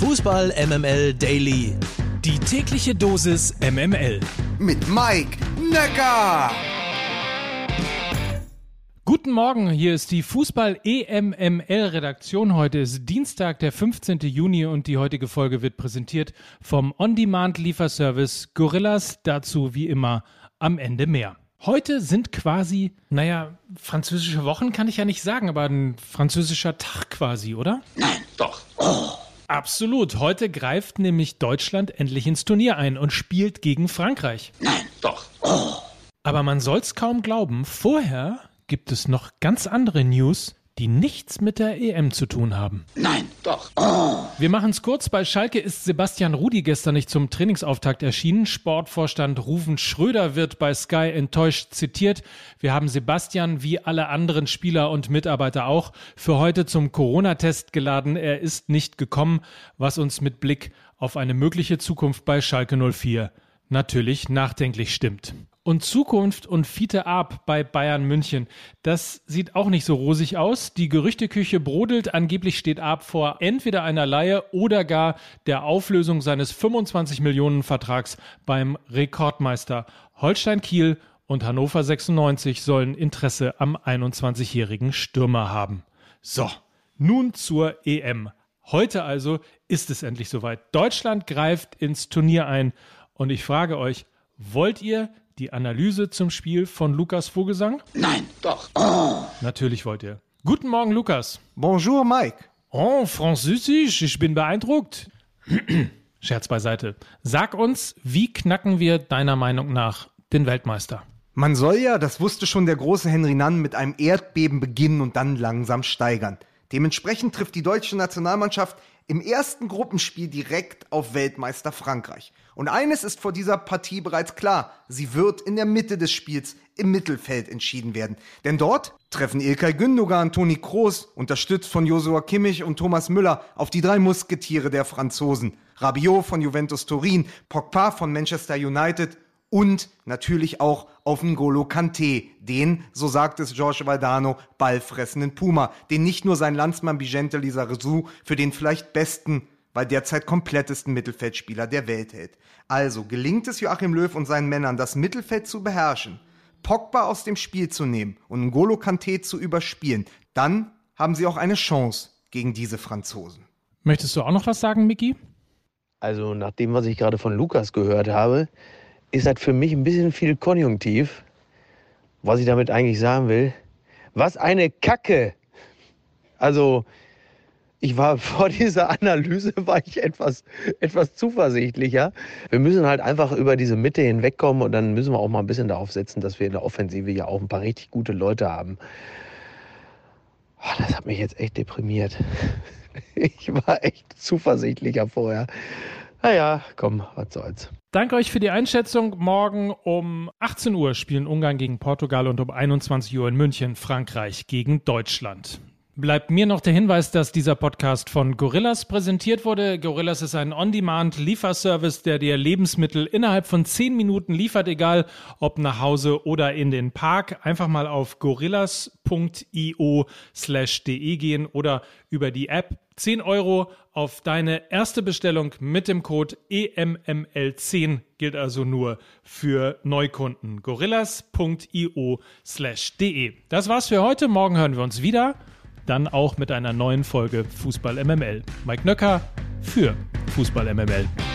Fußball MML Daily. Die tägliche Dosis MML. Mit Mike Nöcker. Guten Morgen, hier ist die Fußball-EMML-Redaktion. Heute ist Dienstag, der 15. Juni und die heutige Folge wird präsentiert vom On-Demand-Lieferservice Gorillas. Dazu wie immer am Ende mehr. Heute sind quasi, französische Wochen kann ich ja nicht sagen, aber ein französischer Tag quasi, oder? Nein, doch. Oh. Absolut. Heute greift nämlich Deutschland endlich ins Turnier ein und spielt gegen Frankreich. Nein, doch. Oh. Aber man soll's kaum glauben, vorher gibt es noch ganz andere News, die nichts mit der EM zu tun haben. Nein, doch. Oh. Wir machen's kurz. Bei Schalke ist Sebastian Rudy gestern nicht zum Trainingsauftakt erschienen. Sportvorstand Ruven Schröder wird bei Sky enttäuscht zitiert. Wir haben Sebastian, wie alle anderen Spieler und Mitarbeiter auch, für heute zum Corona-Test geladen. Er ist nicht gekommen, was uns mit Blick auf eine mögliche Zukunft bei Schalke 04 natürlich nachdenklich stimmt. Und Zukunft und Fiete Arp bei Bayern München, das sieht auch nicht so rosig aus. Die Gerüchteküche brodelt, angeblich steht Arp vor entweder einer Leihe oder gar der Auflösung seines 25 Millionen Vertrags beim Rekordmeister. Holstein Kiel und Hannover 96 sollen Interesse am 21-jährigen Stürmer haben. So, nun zur EM. Heute also ist es endlich soweit. Deutschland greift ins Turnier ein und ich frage euch, wollt ihr die Analyse zum Spiel von Lukas Vogelsang? Nein, doch. Oh. Natürlich wollt ihr. Guten Morgen, Lukas. Bonjour, Mike. Oh, Französisch, ich bin beeindruckt. Scherz beiseite. Sag uns, wie knacken wir deiner Meinung nach den Weltmeister? Man soll ja, das wusste schon der große Henry Nann, mit einem Erdbeben beginnen und dann langsam steigern. Dementsprechend trifft die deutsche Nationalmannschaft im ersten Gruppenspiel direkt auf Weltmeister Frankreich. Und eines ist vor dieser Partie bereits klar, sie wird in der Mitte des Spiels im Mittelfeld entschieden werden. Denn dort treffen İlkay Gündoğan, Toni Kroos, unterstützt von Joshua Kimmich und Thomas Müller, auf die drei Musketiere der Franzosen. Rabiot von Juventus Turin, Pogba von Manchester United und natürlich auch auf N'Golo Kanté, den, so sagt es Jorge Valdano, ballfressenden Puma, den nicht nur sein Landsmann Vicente Lizarazu für den vielleicht besten, weil derzeit komplettesten Mittelfeldspieler der Welt hält. Also gelingt es Joachim Löw und seinen Männern, das Mittelfeld zu beherrschen, Pogba aus dem Spiel zu nehmen und N'Golo Kanté zu überspielen, dann haben sie auch eine Chance gegen diese Franzosen. Möchtest du auch noch was sagen, Miki? Also nach dem, was ich gerade von Lukas gehört habe, ist das für mich ein bisschen viel Konjunktiv. Was ich damit eigentlich sagen will, was eine Kacke! Also ich war vor dieser Analyse etwas zuversichtlicher. Wir müssen halt einfach über diese Mitte hinwegkommen und dann müssen wir auch mal ein bisschen darauf setzen, dass wir in der Offensive ja auch ein paar richtig gute Leute haben. Das hat mich jetzt echt deprimiert. Ich war echt zuversichtlicher vorher. Naja, komm, was soll's. Danke euch für die Einschätzung. Morgen um 18 Uhr spielen Ungarn gegen Portugal und um 21 Uhr in München Frankreich gegen Deutschland. Bleibt mir noch der Hinweis, dass dieser Podcast von Gorillas präsentiert wurde. Gorillas ist ein On-Demand-Lieferservice, der dir Lebensmittel innerhalb von 10 Minuten liefert, egal ob nach Hause oder in den Park. Einfach mal auf gorillas.io/de gehen oder über die App. 10 € auf deine erste Bestellung mit dem Code EMML10 gilt also nur für Neukunden. gorillas.io/de. Das war's für heute. Morgen hören wir uns wieder. Dann auch mit einer neuen Folge Fußball MML. Mike Nöcker für Fußball MML.